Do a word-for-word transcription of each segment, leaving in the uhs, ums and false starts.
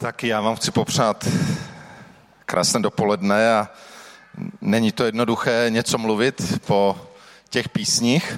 Tak já vám chci popřát krásné dopoledne a není to jednoduché něco mluvit po těch písních.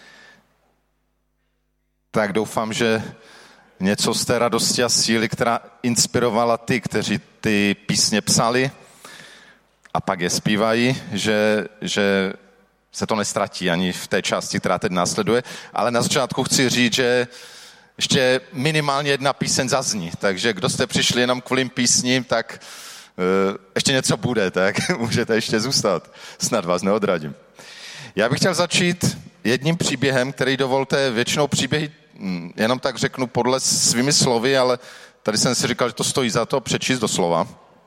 Tak doufám, že něco z té radosti a síly, která inspirovala ty, kteří ty písně psali a pak je zpívají, že, že se to nestratí ani v té části, která teď následuje. Ale na začátku chci říct, že ještě minimálně jedna píseň zazní, takže kdo jste přišli jenom kvůli písním, tak uh, ještě něco bude, tak můžete ještě zůstat. Snad vás neodradím. Já bych chtěl začít jedním příběhem, který dovolte, většinou příběhy jenom tak řeknu podle svými slovy, ale tady jsem si říkal, že to stojí za to přečíst do slova.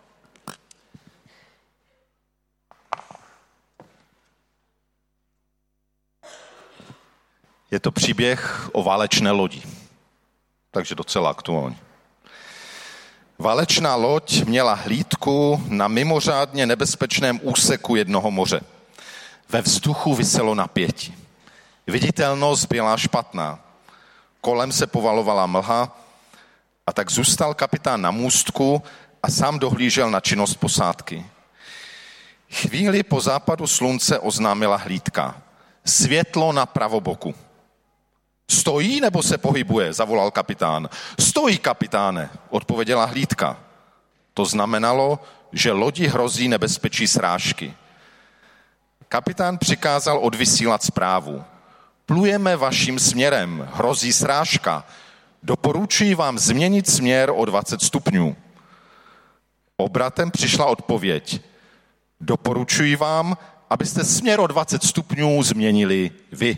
Je to příběh o válečné lodi. Takže docela aktuální. Válečná loď měla hlídku na mimořádně nebezpečném úseku jednoho moře. Ve vzduchu viselo napětí. Viditelnost byla špatná. Kolem se povalovala mlha a tak zůstal kapitán na můstku a sám dohlížel na činnost posádky. Chvíli po západu slunce oznámila hlídka. Světlo na pravoboku. Stojí nebo se pohybuje, zavolal kapitán. Stojí, kapitáne, odpověděla hlídka. To znamenalo, že lodi hrozí nebezpečí srážky. Kapitán přikázal odvysílat zprávu. Plujeme vaším směrem, hrozí srážka. Doporučuji vám změnit směr o dvacet stupňů. Obratem přišla odpověď. Doporučuji vám, abyste směr o dvacet stupňů změnili vy.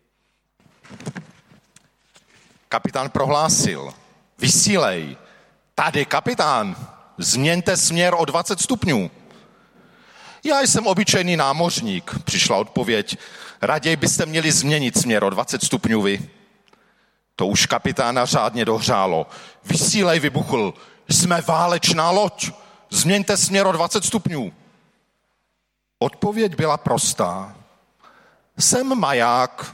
Kapitán prohlásil, vysílej, tady kapitán, změňte směr o dvacet stupňů. Já jsem obyčejný námořník, přišla odpověď, raději byste měli změnit směr o dvacet stupňů vy. To už kapitána řádně dohřálo. Vysílej, vybuchl, jsme válečná loď, změňte směr o dvacet stupňů. Odpověď byla prostá. Jsem maják.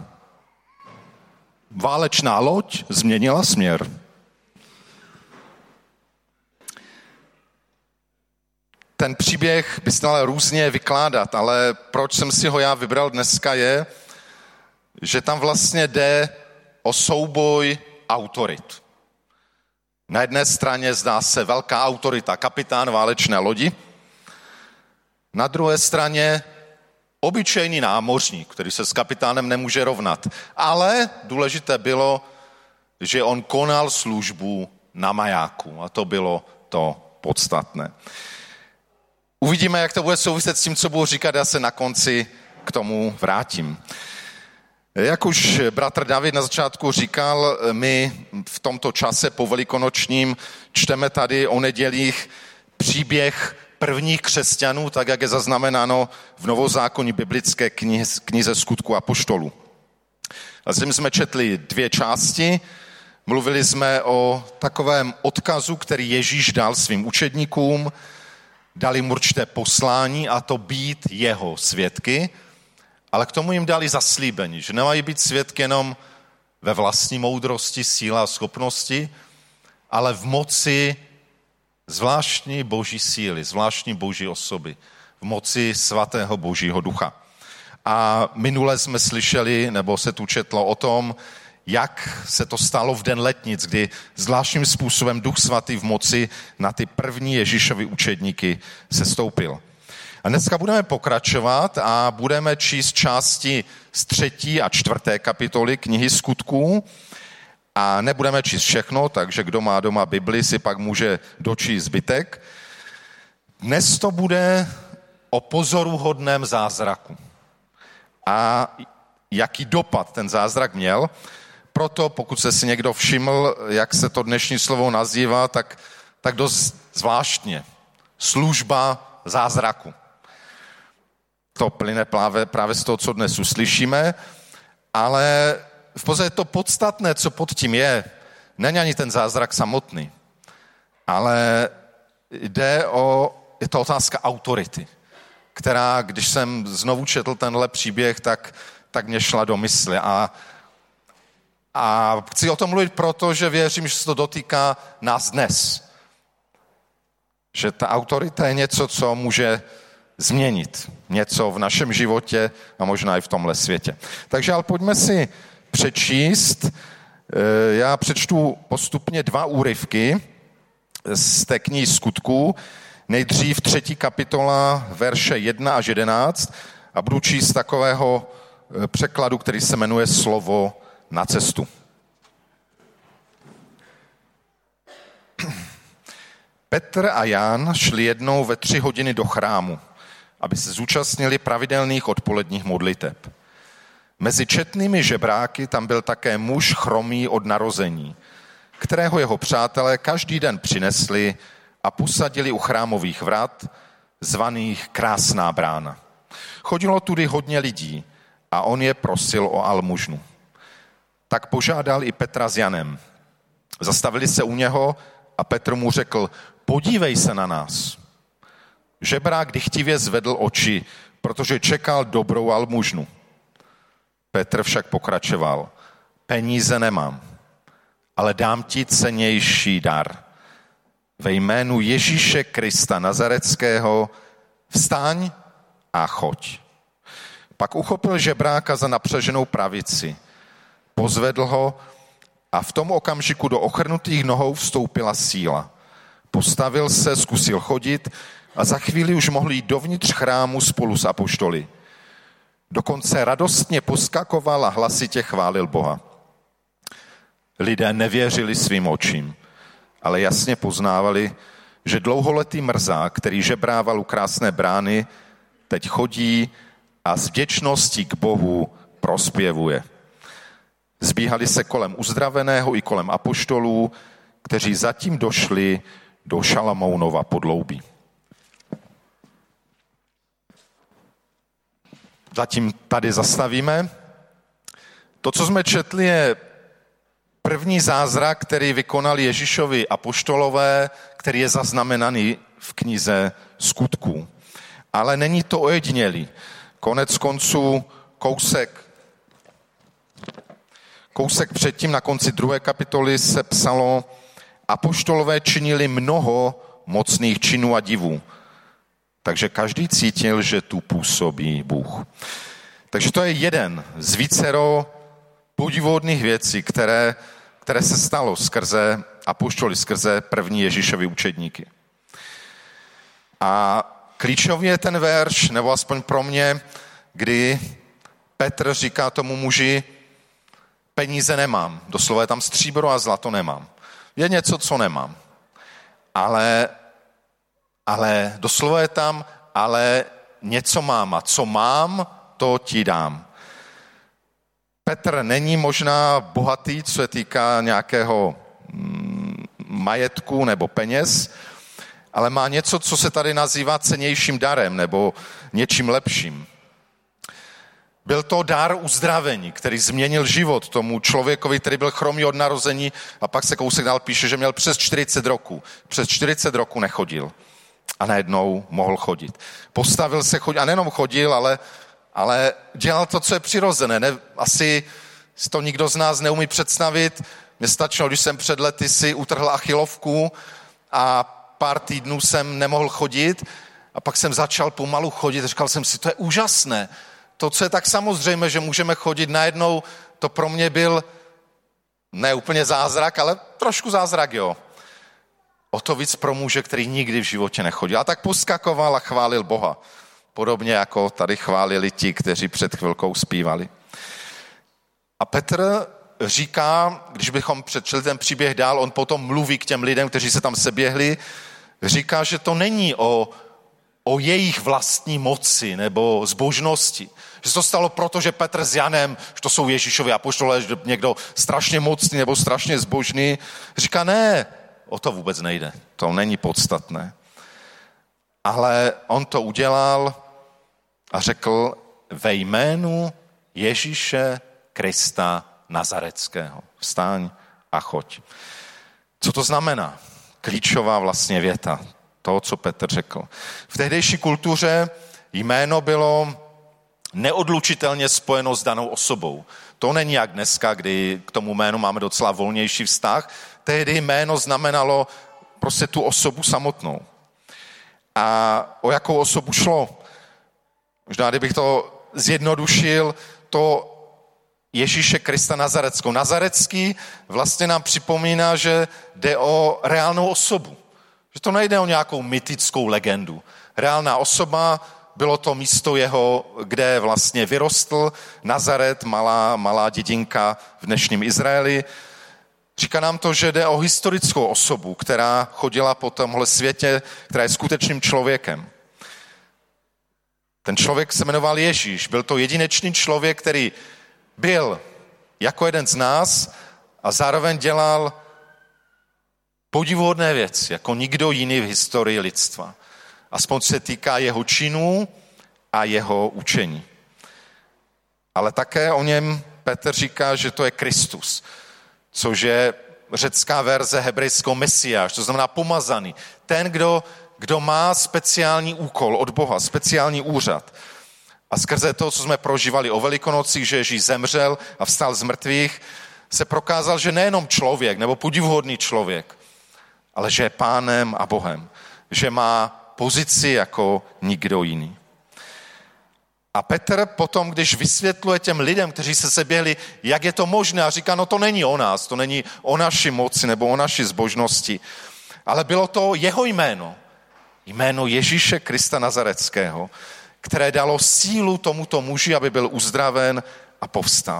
Válečná loď změnila směr. Ten příběh byste ale různě vykládat, ale proč jsem si ho já vybral dneska je, že tam vlastně jde o souboj autorit. Na jedné straně zdá se velká autorita, kapitán válečné lodi, na druhé straně obyčejný námořník, který se s kapitánem nemůže rovnat. Ale důležité bylo, že on konal službu na majáku a to bylo to podstatné. Uvidíme, jak to bude souviset s tím, co budu říkat, já se na konci k tomu vrátím. Jak už bratr David na začátku říkal, my v tomto čase po velikonočním čteme tady o nedělích příběh prvních křesťanů, tak jak je zaznamenáno v novozákonní biblické knize, knize Skutků apoštolů. A zde jsme četli dvě části, mluvili jsme o takovém odkazu, který Ježíš dal svým učedníkům, dal jim určité poslání a to být jeho svědky, ale k tomu jim dali zaslíbení, že nemají být svědky jenom ve vlastní moudrosti, síle a schopnosti, ale v moci zvláštní boží síly, zvláštní boží osoby, v moci svatého božího ducha. A minule jsme slyšeli, nebo se tu četlo o tom, jak se to stalo v den letnic, kdy zvláštním způsobem Duch svatý v moci na ty první Ježíšovy učedníky sestoupil. A dneska budeme pokračovat a budeme číst části z třetí a čtvrté kapitoly knihy Skutků. A nebudeme číst všechno, takže kdo má doma Bibli, si pak může dočíst zbytek. Dnes to bude o pozoruhodném zázraku. A jaký dopad ten zázrak měl. Proto, pokud se si někdo všiml, jak se to dnešní slovo nazývá, tak, tak dost zvláštně. Služba zázraku. To plyne právě, právě z toho, co dnes uslyšíme, ale v podstatě to podstatné, co pod tím je, není ani ten zázrak samotný, ale jde o, je to otázka autority, která, když jsem znovu četl tenhle příběh, tak, tak mě šla do mysli. A, a chci o tom mluvit proto, že věřím, že se to dotýká nás dnes. že ta autorita je něco, co může změnit něco v našem životě a možná i v tomhle světě. Takže ale pojďme si přečíst. Já přečtu postupně dva úryvky z té knihy Skutků. Nejdřív třetí kapitola, verše jedna až jedenáct a budu číst takového překladu, který se jmenuje Slovo na cestu. Petr a Jan šli jednou ve tři hodiny do chrámu, aby se zúčastnili pravidelných odpoledních modliteb. Mezi četnými žebráky tam byl také muž chromý od narození, kterého jeho přátelé každý den přinesli a posadili u chrámových vrat, zvaných Krásná brána. Chodilo tudy hodně lidí a on je prosil o almužnu. Tak požádal i Petra s Janem. Zastavili se u něho a Petr mu řekl, podívej se na nás. Žebrák dychtivě zvedl oči, protože čekal dobrou almužnu. Petr však pokračoval, peníze nemám, ale dám ti cennější dar. Ve jménu Ježíše Krista Nazareckého vstaň a choď. Pak uchopil žebráka za napřaženou pravici, pozvedl ho a v tom okamžiku do ochrnutých nohou vstoupila síla. Postavil se, zkusil chodit a za chvíli už mohl jít dovnitř chrámu spolu s apoštoly. Dokonce radostně poskakoval a hlasitě chválil Boha. Lidé nevěřili svým očím, ale jasně poznávali, že dlouholetý mrzák, který žebrával u Krásné brány, teď chodí a s vděčností k Bohu prospěvuje. Zbíhali se kolem uzdraveného i kolem apoštolů, kteří zatím došli do Šalamounova podloubí. Zatím tady zastavíme. To, co jsme četli, je první zázrak, který vykonali Ježíšovi apoštolové, který je zaznamenaný v knize Skutků. Ale není to ojedinělý. Konec konců kousek, kousek předtím na konci druhé kapitoly se psalo, apoštolové činili mnoho mocných činů a divů. Takže každý cítil, že tu působí Bůh. Takže to je jeden z vícero podivuhodných věcí, které, které se stalo skrze apoštoly, skrze první Ježíšovi učedníky. A klíčový je ten verš, nebo aspoň pro mě, kdy Petr říká tomu muži, peníze nemám, doslova je tam stříbro a zlato nemám. Je něco, co nemám. Ale, ale doslova je tam, ale něco mám a co mám, to ti dám. Petr není možná bohatý, co se týká nějakého mm, majetku nebo peněz, ale má něco, co se tady nazývá cennějším darem nebo něčím lepším. Byl to dar uzdravení, který změnil život tomu člověkovi, který byl chromý od narození a pak se kousek dál píše, že měl přes čtyřicet roků. Přes čtyřicet roků nechodil a najednou mohl chodit. Postavil se chodit a nejenom chodil, ale, ale dělal to, co je přirozené. Ne, asi si to nikdo z nás neumí představit. Mně stačilo, když jsem před lety si utrhl achilovku a pár týdnů jsem nemohl chodit a pak jsem začal pomalu chodit a říkal jsem si, to je úžasné. To, co je tak samozřejmé, že můžeme chodit najednou, to pro mě byl ne úplně zázrak, ale trošku zázrak, jo. O to víc pro muže, který nikdy v životě nechodil. A tak poskakoval a chválil Boha. Podobně jako tady chválili ti, kteří před chvilkou zpívali. A Petr říká, když bychom přečetli ten příběh dál, on potom mluví k těm lidem, kteří se tam seběhli, říká, že to není o, o jejich vlastní moci nebo zbožnosti. Že se to stalo proto, že Petr s Janem, že to jsou Ježíšovi apoštolé, že někdo strašně mocný nebo strašně zbožný. Říká, ne, o to vůbec nejde. To není podstatné. Ale on to udělal a řekl ve jménu Ježíše Krista Nazareckého. Vstaň a choď. Co to znamená? Klíčová vlastně věta. To, co Petr řekl. V tehdejší kultuře jméno bylo neodlučitelně spojeno s danou osobou. To není jak dneska, kdy k tomu jménu máme docela volnější vztah. Tehdy jméno znamenalo prostě tu osobu samotnou. A o jakou osobu šlo? Možná, kdybych to zjednodušil, to Ježíše Krista Nazareckého. Nazarecký vlastně nám připomíná, že jde o reálnou osobu. Že to nejde o nějakou mytickou legendu. Reálná osoba, bylo to místo jeho, kde vlastně vyrostl Nazaret, malá, malá dědinka v dnešním Izraeli. Říká nám to, že jde o historickou osobu, která chodila po tomhle světě, která je skutečným člověkem. Ten člověk se jmenoval Ježíš. Byl to jedinečný člověk, který byl jako jeden z nás a zároveň dělal podivuhodné věci, jako nikdo jiný v historii lidstva. Aspoň se týká jeho činů a jeho učení. Ale také o něm Petr říká, že to je Kristus, což je řecká verze hebrejského Mesiáš, to znamená pomazaný. Ten, kdo, kdo má speciální úkol od Boha, speciální úřad. A skrze to, co jsme prožívali o Velikonocích, že Ježíš zemřel a vstal z mrtvých, se prokázal, že nejenom člověk nebo podivuhodný člověk, ale že je pánem a Bohem. Že má pozici jako nikdo jiný. A Petr potom, když vysvětluje těm lidem, kteří se seběhli, jak je to možné, a říká, no to není o nás, to není o naší moci nebo o naší zbožnosti, ale bylo to jeho jméno, jméno Ježíše Krista Nazareckého, které dalo sílu tomuto muži, aby byl uzdraven a povstal.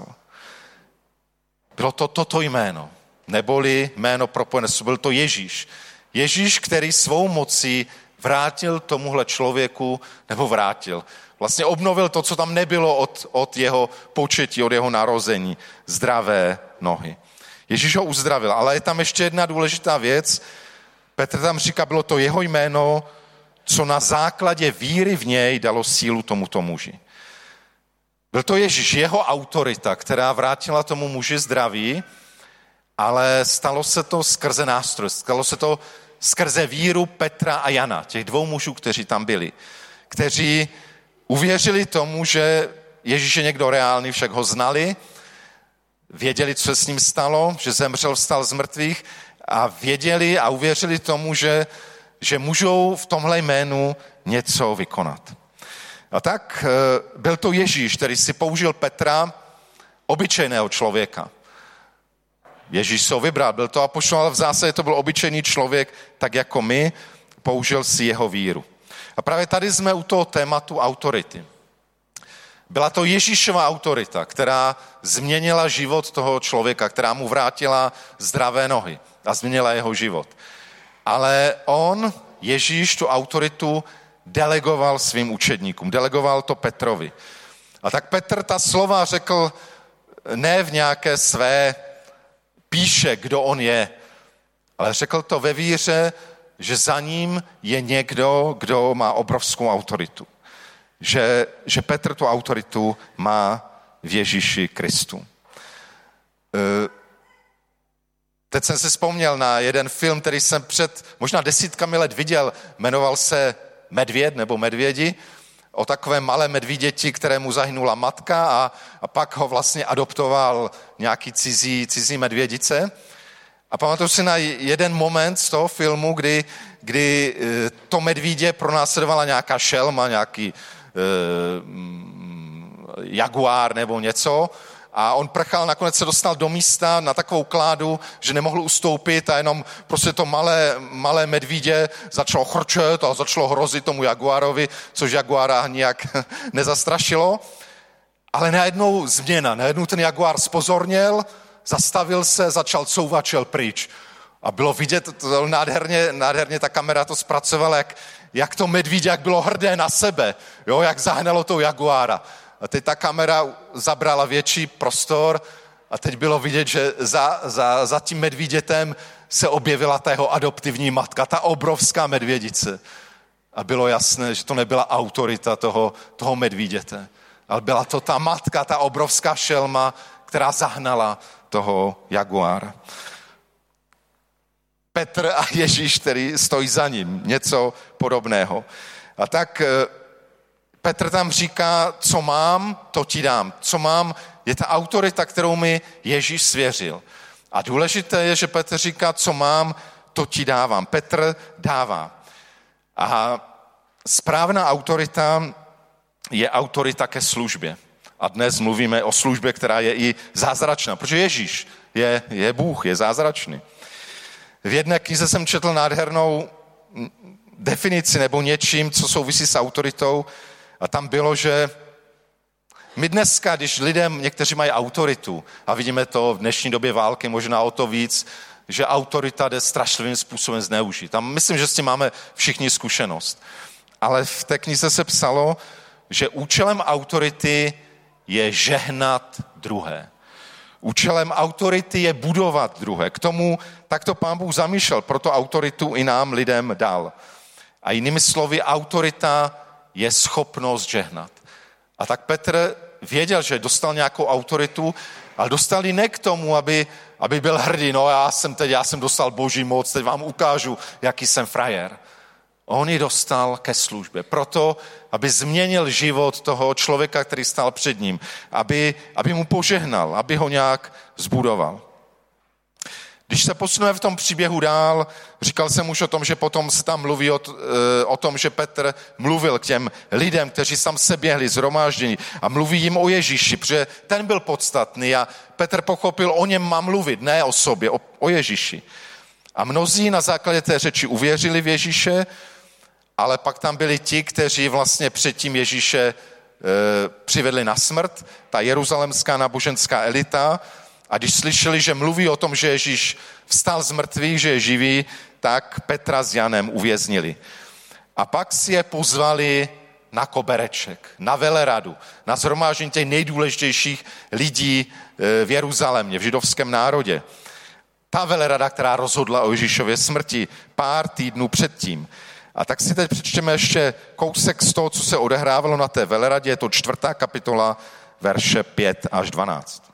Bylo to toto jméno, neboli jméno propojené, byl to Ježíš. Ježíš, který svou mocí vrátil tomuhle člověku, nebo vrátil, vlastně obnovil to, co tam nebylo od, od jeho početí, od jeho narození, zdravé nohy. Ježíš ho uzdravil, ale je tam ještě jedna důležitá věc. Petr tam říká, bylo to jeho jméno, co na základě víry v něj dalo sílu tomuto muži. Byl to Ježíš, jeho autorita, která vrátila tomu muži zdraví, ale stalo se to skrze nástroj, stalo se to skrze víru Petra a Jana, těch dvou mužů, kteří tam byli, kteří uvěřili tomu, že Ježíš je někdo reálný, však ho znali, věděli, co se s ním stalo, že zemřel, vstal z mrtvých a věděli a uvěřili tomu, že, že můžou v tomhle jménu něco vykonat. A tak byl to Ježíš, který si použil Petra, obyčejného člověka. Ježíš se ho vybral, byl to apoštol, ale v zásadě to byl obyčejný člověk, tak jako my, použil si jeho víru. A právě tady jsme u toho tématu autority. Byla to Ježíšova autorita, která změnila život toho člověka, která mu vrátila zdravé nohy a změnila jeho život. Ale on, Ježíš, tu autoritu delegoval svým učedníkům, delegoval to Petrovi. A tak Petr ta slova řekl ne v nějaké své píše, kdo on je, ale řekl to ve víře, že za ním je někdo, kdo má obrovskou autoritu. Že, že Petr tu autoritu má v Ježíši Kristu. Teď jsem si vzpomněl na jeden film, který jsem před možná desítkami let viděl, jmenoval se Medvěd nebo Medvědi, o takové malé medvíděti, kterému zahynula matka a, a pak ho vlastně adoptoval nějaký cizí, cizí medvědice. A pamatuju si na jeden moment z toho filmu, kdy, kdy to medvídě pronásledovala nějaká šelma, nějaký eh, jaguár nebo něco a on prchal, nakonec se dostal do místa na takovou kládu, že nemohl ustoupit a jenom prostě to malé, malé medvídě začalo chrčet a začalo hrozit tomu jaguárovi, což jaguára nijak nezastrašilo. Ale najednou změna, najednou ten jaguár spozorněl, zastavil se, začal couvat, šel pryč. A bylo vidět, to nádherně, nádherně ta kamera to zpracovala, jak, jak to medvídě, jak bylo hrdé na sebe, jo, jak zahnalo toho jaguára. A teď ta kamera zabrala větší prostor a teď bylo vidět, že za, za, za tím medvídětem se objevila ta jeho adoptivní matka, ta obrovská medvědice. A bylo jasné, že to nebyla autorita toho, toho medvíděte, ale byla to ta matka, ta obrovská šelma, která zahnala toho jaguára. Petr a Ježíš, který stojí za ním, něco podobného. A tak Petr tam říká, co mám, to ti dám. Co mám, je ta autorita, kterou mi Ježíš svěřil. A důležité je, že Petr říká, co mám, to ti dávám. Petr dává. A Správná autorita je autorita ke službě. A dnes mluvíme o službě, která je i zázračná, protože Ježíš je, je Bůh, je zázračný. V jedné knize jsem četl nádhernou definici nebo něčím, co souvisí s autoritou, a tam bylo, že my dneska, když lidem, někteří mají autoritu, a vidíme to v dnešní době války možná o to víc, že autorita jde strašlivým způsobem zneužít. A myslím, že s tím máme všichni zkušenost. Ale v té knize se psalo, že účelem autority je žehnat druhé. Účelem autority je budovat druhé. K tomu takto Pán Bůh zamýšlel, proto autoritu i nám lidem dal. A jinými slovy, autorita je schopnost žehnat. A tak Petr věděl, že dostal nějakou autoritu, ale dostal ji ne k tomu, aby, aby byl hrdý. No já jsem teď, já jsem dostal boží moc, teď vám ukážu, jaký jsem frajer. On ji dostal ke službě. Proto, aby změnil život toho člověka, který stál před ním. Aby, aby mu požehnal, aby ho nějak zbudoval. Když se posuneme v tom příběhu dál, říkal jsem už o tom, že potom se tam mluví o, o tom, že Petr mluvil k těm lidem, kteří tam se běhli shromáždění a mluví jim o Ježíši, protože ten byl podstatný a Petr pochopil, o něm má mluvit, ne o sobě, o, o Ježíši. A mnozí na základě té řeči uvěřili v Ježíše, ale pak tam byli ti, kteří vlastně předtím Ježíše e, přivedli na smrt, ta jeruzalemská náboženská elita. A když slyšeli, že mluví o tom, že Ježíš vstal z mrtvých, že je živý, tak Petra s Janem uvěznili. A pak si je pozvali na kobereček, na veleradu, na shromáždění těch nejdůležitějších lidí v Jeruzalémě, v židovském národě. Ta velerada, která rozhodla o Ježíšově smrti pár týdnů předtím. A tak si teď přečteme ještě kousek z toho, co se odehrávalo na té veleradě, je to čtvrtá kapitola, verše pět až dvanáct.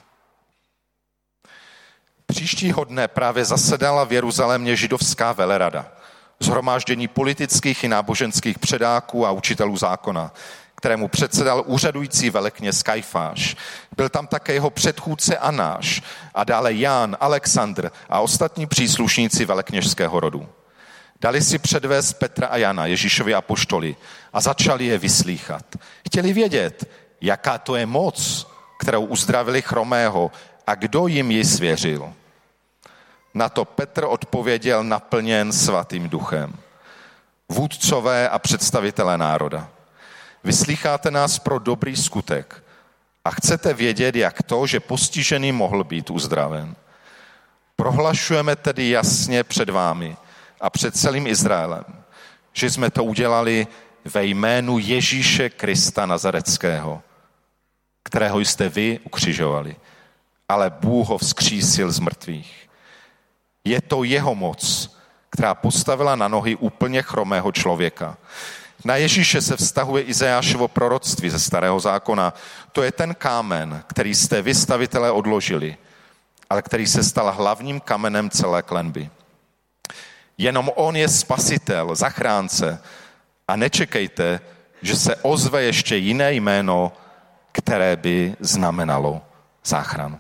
Příštího dne právě zasedala v Jeruzalémě židovská velerada, shromáždění politických i náboženských předáků a učitelů zákona, kterému předsedal úřadující velekněz Kajfáš. Byl tam také jeho předchůdce Anáš a dále Ján, Alexandr a ostatní příslušníci velekněžského rodu. Dali si předvést Petra a Jana, Ježíšovi apoštoli, a začali je vyslýchat. Chtěli vědět, jaká to je moc, kterou uzdravili chromého, a kdo jim ji svěřil. Na to Petr odpověděl naplněn svatým duchem. Vůdcové a představitelé národa, vyslýcháte nás pro dobrý skutek a chcete vědět, jak to, že postižený mohl být uzdraven. Prohlašujeme tedy jasně před vámi a před celým Izraelem, že jsme to udělali ve jménu Ježíše Krista Nazareckého, kterého jste vy ukřižovali, ale Bůh ho vzkřísil z mrtvých. Je to jeho moc, která postavila na nohy úplně chromého člověka. Na Ježíše se vztahuje Izajášovo proroctví ze Starého zákona. To je ten kámen, který jste vy stavitelé odložili, ale který se stal hlavním kamenem celé klenby. Jenom on je spasitel, zachránce, a nečekejte, že se ozve ještě jiné jméno, které by znamenalo záchranu.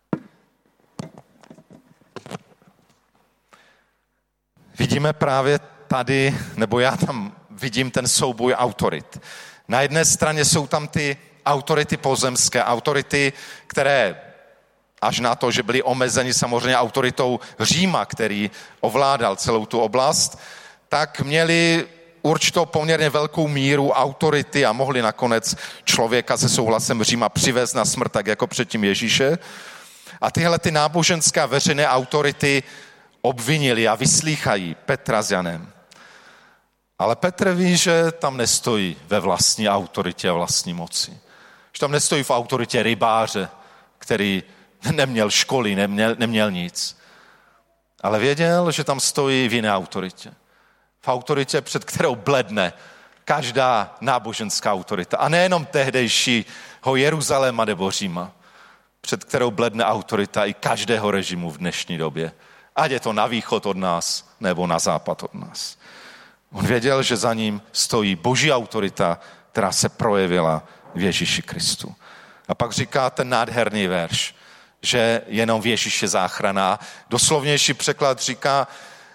Vidíme právě tady, nebo já tam vidím ten souboj autorit. Na jedné straně jsou tam ty autority pozemské, autority, které až na to, že byli omezeni samozřejmě autoritou Říma, který ovládal celou tu oblast, tak měli určitou poměrně velkou míru autority a mohli nakonec člověka se souhlasem Říma přivést na smrt, tak jako předtím Ježíše. A tyhle ty náboženské a veřejné autority obvinili a vyslýchají Petra s Janem. Ale Petr ví, že tam nestojí ve vlastní autoritě a vlastní moci. Že tam nestojí v autoritě rybáře, který neměl školy, neměl, neměl nic. Ale věděl, že tam stojí v jiné autoritě. V autoritě, před kterou bledne každá náboženská autorita. A nejenom tehdejšího Jeruzaléma nebo Říma, před kterou bledne autorita i každého režimu v dnešní době. Ať je to na východ od nás, nebo na západ od nás. On věděl, že za ním stojí boží autorita, která se projevila v Ježíši Kristu. A pak říká ten nádherný verš, že jenom v Ježíši záchrana. Doslovnější překlad říká,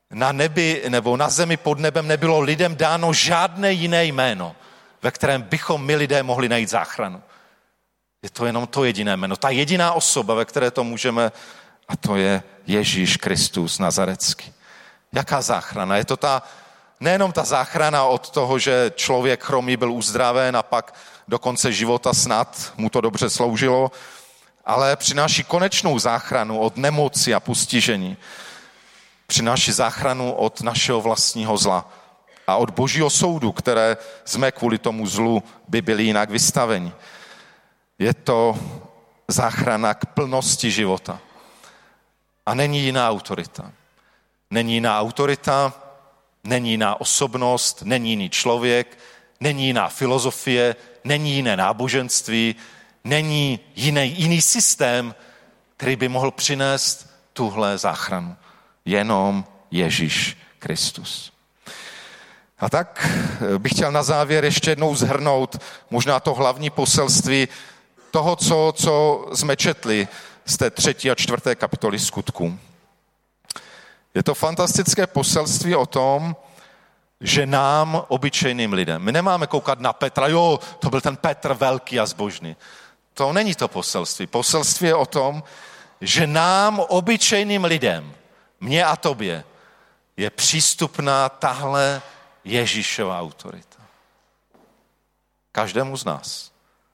na nebi nebo na zemi pod nebem nebylo lidem dáno žádné jiné jméno, ve kterém bychom my lidé mohli najít záchranu. Je to jenom to jediné jméno, ta jediná osoba, ve které to můžeme, a to je Ježíš Kristus Nazarecký. Jaká záchrana? Je to ta, nejenom ta záchrana od toho, že člověk chromý byl uzdraven a pak do konce života snad mu to dobře sloužilo, ale přináší konečnou záchranu od nemoci a postižení. Přináší záchranu od našeho vlastního zla a od božího soudu, které jsme kvůli tomu zlu by byli jinak vystaveni. Je to záchrana k plnosti života. A není jiná autorita. Není jiná autorita, není jiná osobnost, není jiný člověk, není jiná filozofie, není jiné náboženství, není jiný, jiný systém, který by mohl přinést tuhle záchranu. Jenom Ježíš Kristus. A tak bych chtěl na závěr ještě jednou shrnout možná to hlavní poselství toho, co, co jsme četli z té třetí a čtvrté kapitoly Skutků. Je to fantastické poselství o tom, že nám, obyčejným lidem, my nemáme koukat na Petra, jo, to byl ten Petr velký a zbožný. To není to poselství. Poselství je o tom, že nám, obyčejným lidem, mně a tobě, je přístupná tahle Ježíšova autorita. Každému z nás.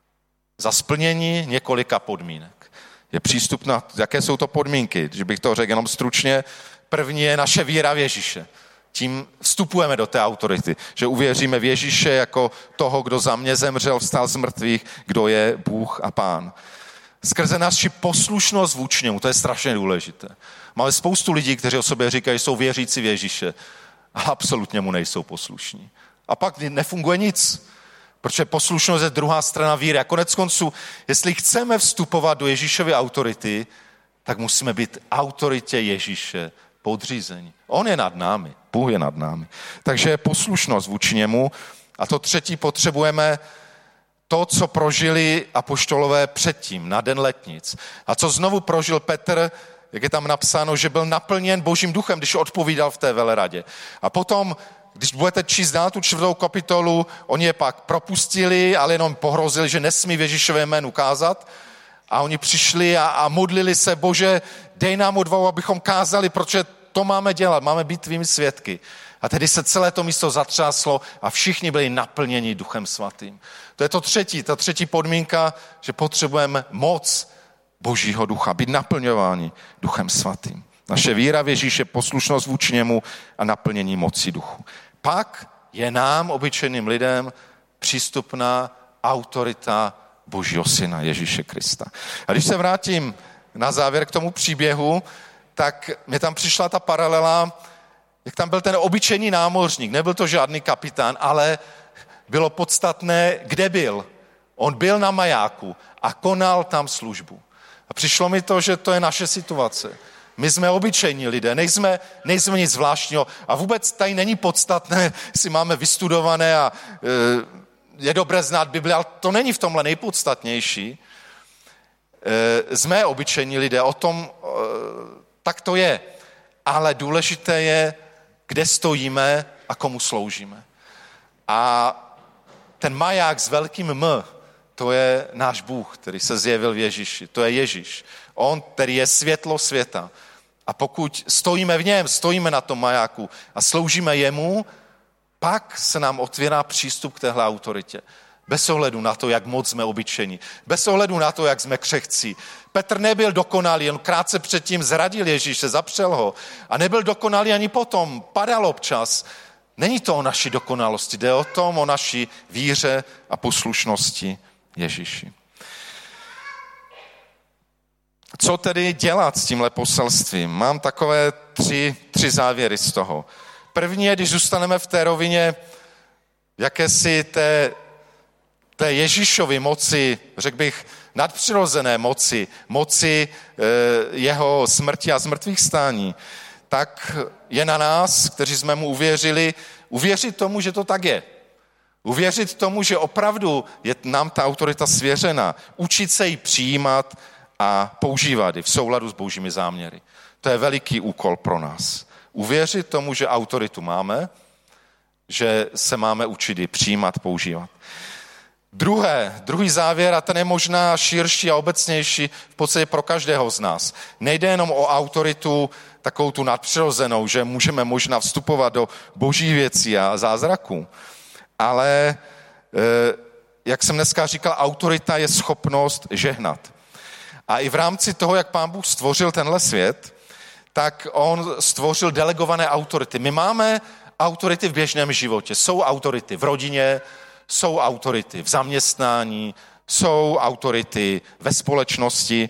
Za splnění několika podmínek. Je přístupná, jaké jsou to podmínky? Když bych to řekl jenom stručně, první je naše víra v Ježíše. Tím vstupujeme do té autority, že uvěříme v Ježíše jako toho, kdo za mě zemřel, vstal z mrtvých, kdo je Bůh a Pán. Skrze naši poslušnost vůči němu, to je strašně důležité. Máme spoustu lidí, kteří o sobě říkají, že jsou věřící v Ježíše a absolutně mu nejsou poslušní. A pak nefunguje nic, protože poslušnost je druhá strana víry. A konec konců, jestli chceme vstupovat do Ježíšovy autority, tak musíme být autoritě Ježíše podřízení. On je nad námi, Bůh je nad námi. Takže poslušnost vůči němu. A to třetí, potřebujeme to, co prožili apoštolové předtím, na den letnic. A co znovu prožil Petr, jak je tam napsáno, že byl naplněn Božím duchem, když odpovídal v té veleradě. A potom, když budete číst dál tu čtvrtou kapitolu, oni je pak propustili, ale jenom pohrozili, že nesmí v Ježíšově jménu kázat. A oni přišli a, a modlili se, Bože, dej nám odvahu, abychom kázali, protože to máme dělat, máme být tvými svědky. A tedy se celé to místo zatřáslo a všichni byli naplněni Duchem Svatým. To je to třetí, ta třetí podmínka, že potřebujeme moc Božího ducha, být naplňováni Duchem Svatým. Naše víra v Ježíše, poslušnost vůči němu a naplnění moci duchu. Pak je nám, obyčejným lidem, přístupná autorita Božího syna Ježíše Krista. A když se vrátím na závěr k tomu příběhu, tak mi tam přišla ta paralela, jak tam byl ten obyčejný námořník. Nebyl to žádný kapitán, ale bylo podstatné, kde byl. On byl na majáku a konal tam službu. A přišlo mi to, že to je naše situace. My jsme obyčejní lidé, nejsme, nejsme nic zvláštního a vůbec tady není podstatné, jestli máme vystudované a e, je dobré znát Bibli, ale to není v tomhle nejpodstatnější. E, jsme obyčejní lidé, o tom e, tak to je. Ale důležité je, kde stojíme a komu sloužíme. A ten maják s velkým M, to je náš Bůh, který se zjevil v Ježíši. To je Ježíš. On, který je světlo světa. A pokud stojíme v něm, stojíme na tom majáku a sloužíme jemu, pak se nám otvírá přístup k téhle autoritě. Bez ohledu na to, jak moc jsme obyčejní. Bez ohledu na to, jak jsme křehcí. Petr nebyl dokonalý, on krátce předtím zradil Ježíše, zapřel ho. A nebyl dokonalý ani potom, padal občas. Není to o naší dokonalosti, jde o tom, o naší víře a poslušnosti Ježíši. Co tedy dělat s tímhle poselstvím? Mám takové tři, tři závěry z toho. První je, když zůstaneme v té rovině jakési té, té Ježíšovy moci, řekl bych, nadpřirozené moci, moci e, jeho smrti a zmrtvých stání, tak je na nás, kteří jsme mu uvěřili, uvěřit tomu, že to tak je. Uvěřit tomu, že opravdu je nám ta autorita svěřena. Učit se ji přijímat a používat ji v souladu s božími záměry. To je veliký úkol pro nás. Uvěřit tomu, že autoritu máme, že se máme učit ji přijímat, používat. Druhé, druhý závěr, a ten je možná širší a obecnější v podstatě pro každého z nás. Nejde jenom o autoritu takovou tu nadpřirozenou, že můžeme možná vstupovat do božích věcí a zázraků, ale jak jsem dneska říkal, autorita je schopnost žehnat. A i v rámci toho, jak Pán Bůh stvořil tenhle svět, tak on stvořil delegované autority. My máme autority v běžném životě. Jsou autority v rodině, jsou autority v zaměstnání, jsou autority ve společnosti.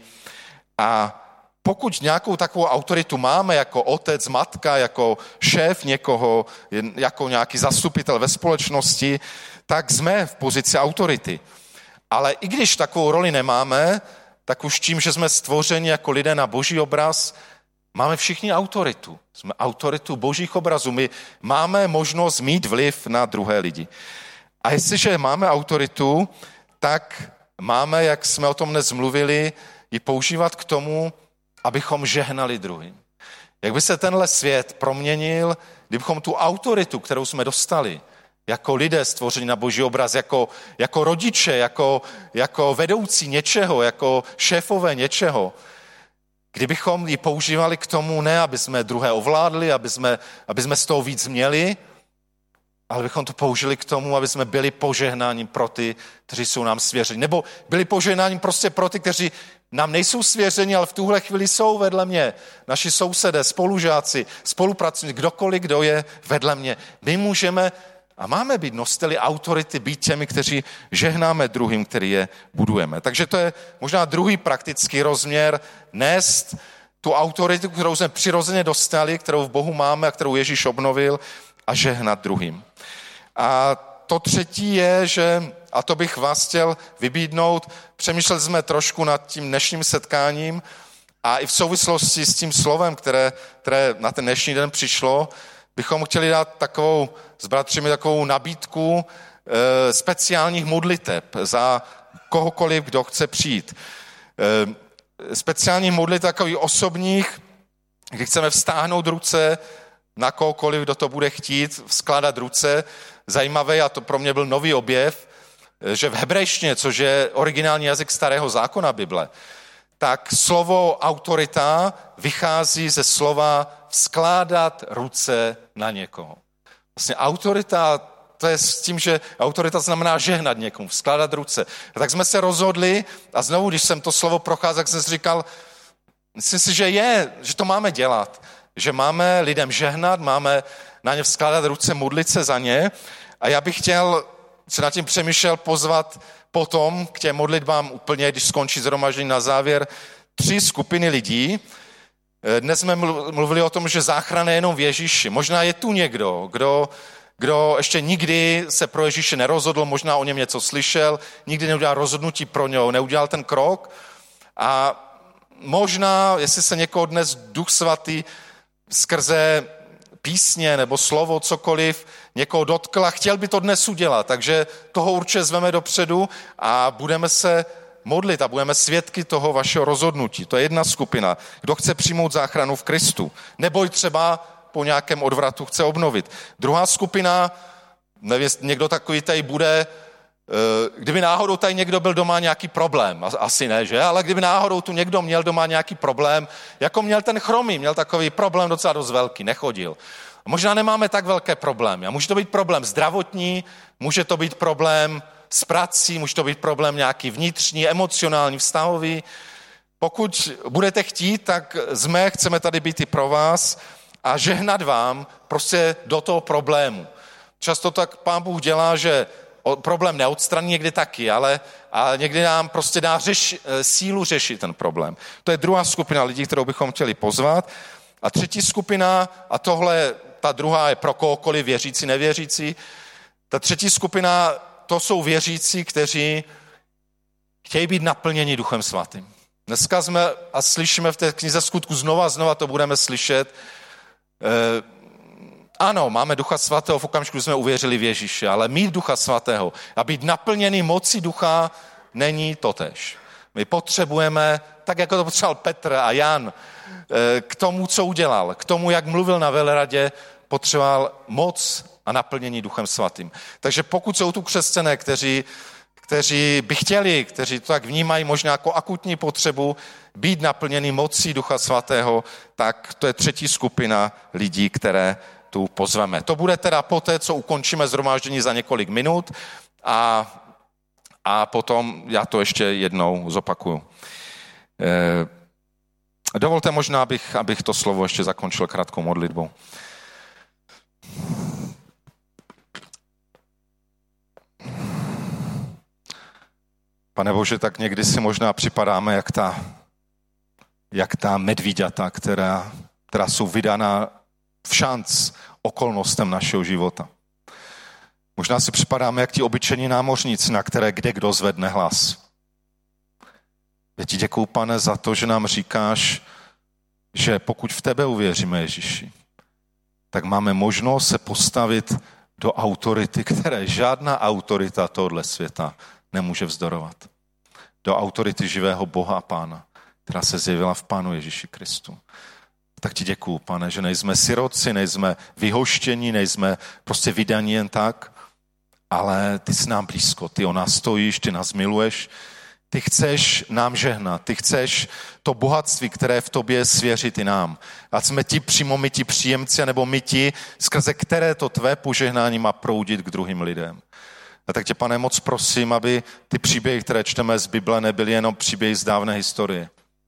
A pokud nějakou takovou autoritu máme jako otec, matka, jako šéf někoho, jako nějaký zastupitel ve společnosti, tak jsme v pozici autority. Ale i když takovou roli nemáme, tak už tím, že jsme stvořeni jako lidé na boží obraz, máme všichni autoritu. Jsme autoritu božích obrazů. My máme možnost mít vliv na druhé lidi. A jestliže máme autoritu, tak máme, jak jsme o tom dnes mluvili, ji používat k tomu, abychom žehnali druhým. Jak by se tenhle svět proměnil, kdybychom tu autoritu, kterou jsme dostali, jako lidé stvoření na boží obraz, jako, jako rodiče, jako, jako vedoucí něčeho, jako šéfové něčeho, kdybychom ji používali k tomu, ne aby jsme druhé ovládli, aby jsme, aby jsme z toho víc měli, ale bychom to použili k tomu, aby jsme byli požehnáním pro ty, kteří jsou nám svěřeni. Nebo byli požehnáním prostě pro ty, kteří nám nejsou svěřeni, ale v tuhle chvíli jsou vedle mě. Naši sousedé, spolužáci, spolupracovníci, kdokoliv, kdo je vedle mě. My můžeme a máme být nositeli autority, být těmi, kteří žehnáme druhým, který je budujeme. Takže to je možná druhý praktický rozměr, nést tu autoritu, kterou jsme přirozeně dostali, kterou v Bohu máme a kterou Ježíš obnovil, a žehnat druhým. A to třetí je, že, a to bych vás chtěl vybídnout, přemýšleli jsme trošku nad tím dnešním setkáním a i v souvislosti s tím slovem, které, které na ten dnešní den přišlo, bychom chtěli dát takovou, s bratřimi takovou nabídku e, speciálních modliteb za kohokoliv, kdo chce přijít. E, speciálních modliteb takových osobních, kdy chceme vztáhnout ruce na kohokoliv, kdo to bude chtít, skládat ruce. Zajímavé, a to pro mě byl nový objev, že v hebrejštině, což je originální jazyk starého zákona Bible, tak slovo autorita vychází ze slova skládat ruce na někoho. Vlastně autorita, to je s tím, že autorita znamená žehnat někomu, skládat ruce. A tak jsme se rozhodli a znovu, když jsem to slovo procházel, tak jsem si říkal, myslím si, že je, že to máme dělat, že máme lidem žehnat, máme na ně skládat ruce, modlit se za ně. A já bych chtěl, se nad tím přemýšlel, pozvat potom k těm modlitbám úplně, když skončí shromaždění na závěr, tři skupiny lidí. Dnes jsme mluvili o tom, že záchrana je jenom v Ježíši. Možná je tu někdo, kdo, kdo ještě nikdy se pro Ježíše nerozhodl, možná o něm něco slyšel, nikdy neudělal rozhodnutí pro něho, neudělal ten krok. A možná, jestli se někoho dnes Duch Svatý skrze písně nebo slovo, cokoliv, někoho dotkl a chtěl by to dnes udělat. Takže toho určitě zveme dopředu a budeme se modlit a budeme svědky toho vašeho rozhodnutí. To je jedna skupina. Kdo chce přijmout záchranu v Kristu. Nebo třeba po nějakém odvratu chce obnovit. Druhá skupina, nevím, někdo takový tady bude, kdyby náhodou tady někdo byl doma nějaký problém, asi ne, že? Ale kdyby náhodou tu někdo měl doma nějaký problém, jako měl ten Chromý, měl takový problém docela dost velký, nechodil. Možná nemáme tak velké problémy. A může to být problém zdravotní, může to být problém s prací, může to být problém nějaký vnitřní, emocionální, vztahový. Pokud budete chtít, tak jsme, chceme tady být i pro vás a žehnat vám prostě do toho problému. Často tak Pán Bůh dělá, že problém neodstraní, někdy taky, ale, ale někdy nám prostě dá řeš, sílu řešit ten problém. To je druhá skupina lidí, kterou bychom chtěli pozvat. A třetí skupina, a tohle, ta druhá je pro kohokoliv, věřící, nevěřící, ta třetí skupina, to jsou věřící, kteří chtějí být naplněni Duchem Svatým. Dneska jsme a slyšíme v té knize Skutku, znova a znova to budeme slyšet. E, ano, máme Ducha Svatého v okamžiku, kdy jsme uvěřili v Ježíše, ale mít Ducha Svatého a být naplněný mocí Ducha není totéž. My potřebujeme, tak jako to potřeboval Petr a Jan, k tomu, co udělal, k tomu, jak mluvil na veleradě, potřeboval moc a naplnění Duchem Svatým. Takže pokud jsou tu křesťané, kteří, kteří by chtěli, kteří to tak vnímají možná jako akutní potřebu být naplněný mocí Ducha Svatého, tak to je třetí skupina lidí, které tu pozveme. To bude teda poté, co ukončíme shromáždění za několik minut a, a potom já to ještě jednou zopakuju. E, dovolte možná, abych, abych to slovo ještě zakončil krátkou modlitbou. Pane Bože, tak někdy si možná připadáme jak ta, jak ta medvíďata, která, která jsou vydaná v šanc okolnostem našeho života. Možná si připadáme jak ti obyčejní námořníci, na které kde kdo zvedne hlas. Já ti děkuju, Pane, za to, že nám říkáš, že pokud v tebe uvěříme, Ježíši, tak máme možnost se postavit do autority, které žádná autorita tohoto světa nemůže vzdorovat. Do autority živého Boha a Pána, která se zjevila v Pánu Ježíši Kristu. Tak ti děkuju, Pane, že nejsme siroci, nejsme vyhoštění, nejsme prostě vydaní jen tak, ale ty jsi nám blízko, ty o nás stojíš, ty nás miluješ, ty chceš nám žehnat, ty chceš to bohatství, které v tobě svěřit i nám. Ať jsme ti přímo my ti příjemci, nebo my ti, skrze které to tvé požehnání má proudit k druhým lidem. A tak tě, Pane, moc prosím, aby ty příběhy, které čteme z Bible, nebyly jenom příběhy z dávné historie.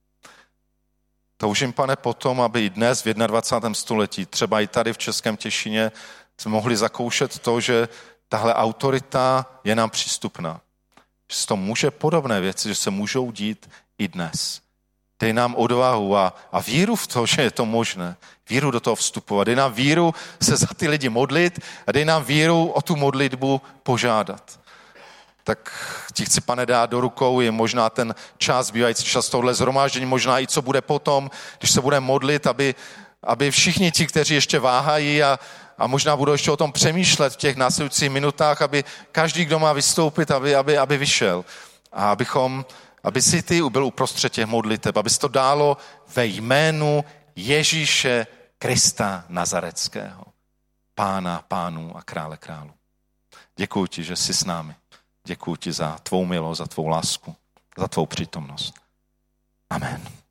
Toužím, Pane, potom, aby i dnes v dvacátém prvním století, třeba i tady v Českém Těšíně, jsme mohli zakoušet to, že tahle autorita je nám přístupná. Že se to může podobné věci, že se můžou dít i dnes. Dej nám odvahu a, a víru v to, že je to možné. Víru do toho vstupovat. Dej nám víru se za ty lidi modlit a dej nám víru o tu modlitbu požádat. Tak ti chci, Pane, dát do rukou i možná ten čas, bývající čas tohle shromáždění, možná i co bude potom, když se budeme modlit, aby, aby všichni ti, kteří ještě váhají a, a možná budou ještě o tom přemýšlet v těch následujících minutách, aby každý, kdo má vystoupit, aby, aby, aby vyšel. A abychom, aby si ty byl uprostřed těch modliteb, aby se to dálo ve jménu Ježíše Krista Nazareckého, Pána pánů a krále králů. Děkuji ti, že jsi s námi. Děkuji ti za tvou milost, za tvou lásku, za tvou přítomnost. Amen.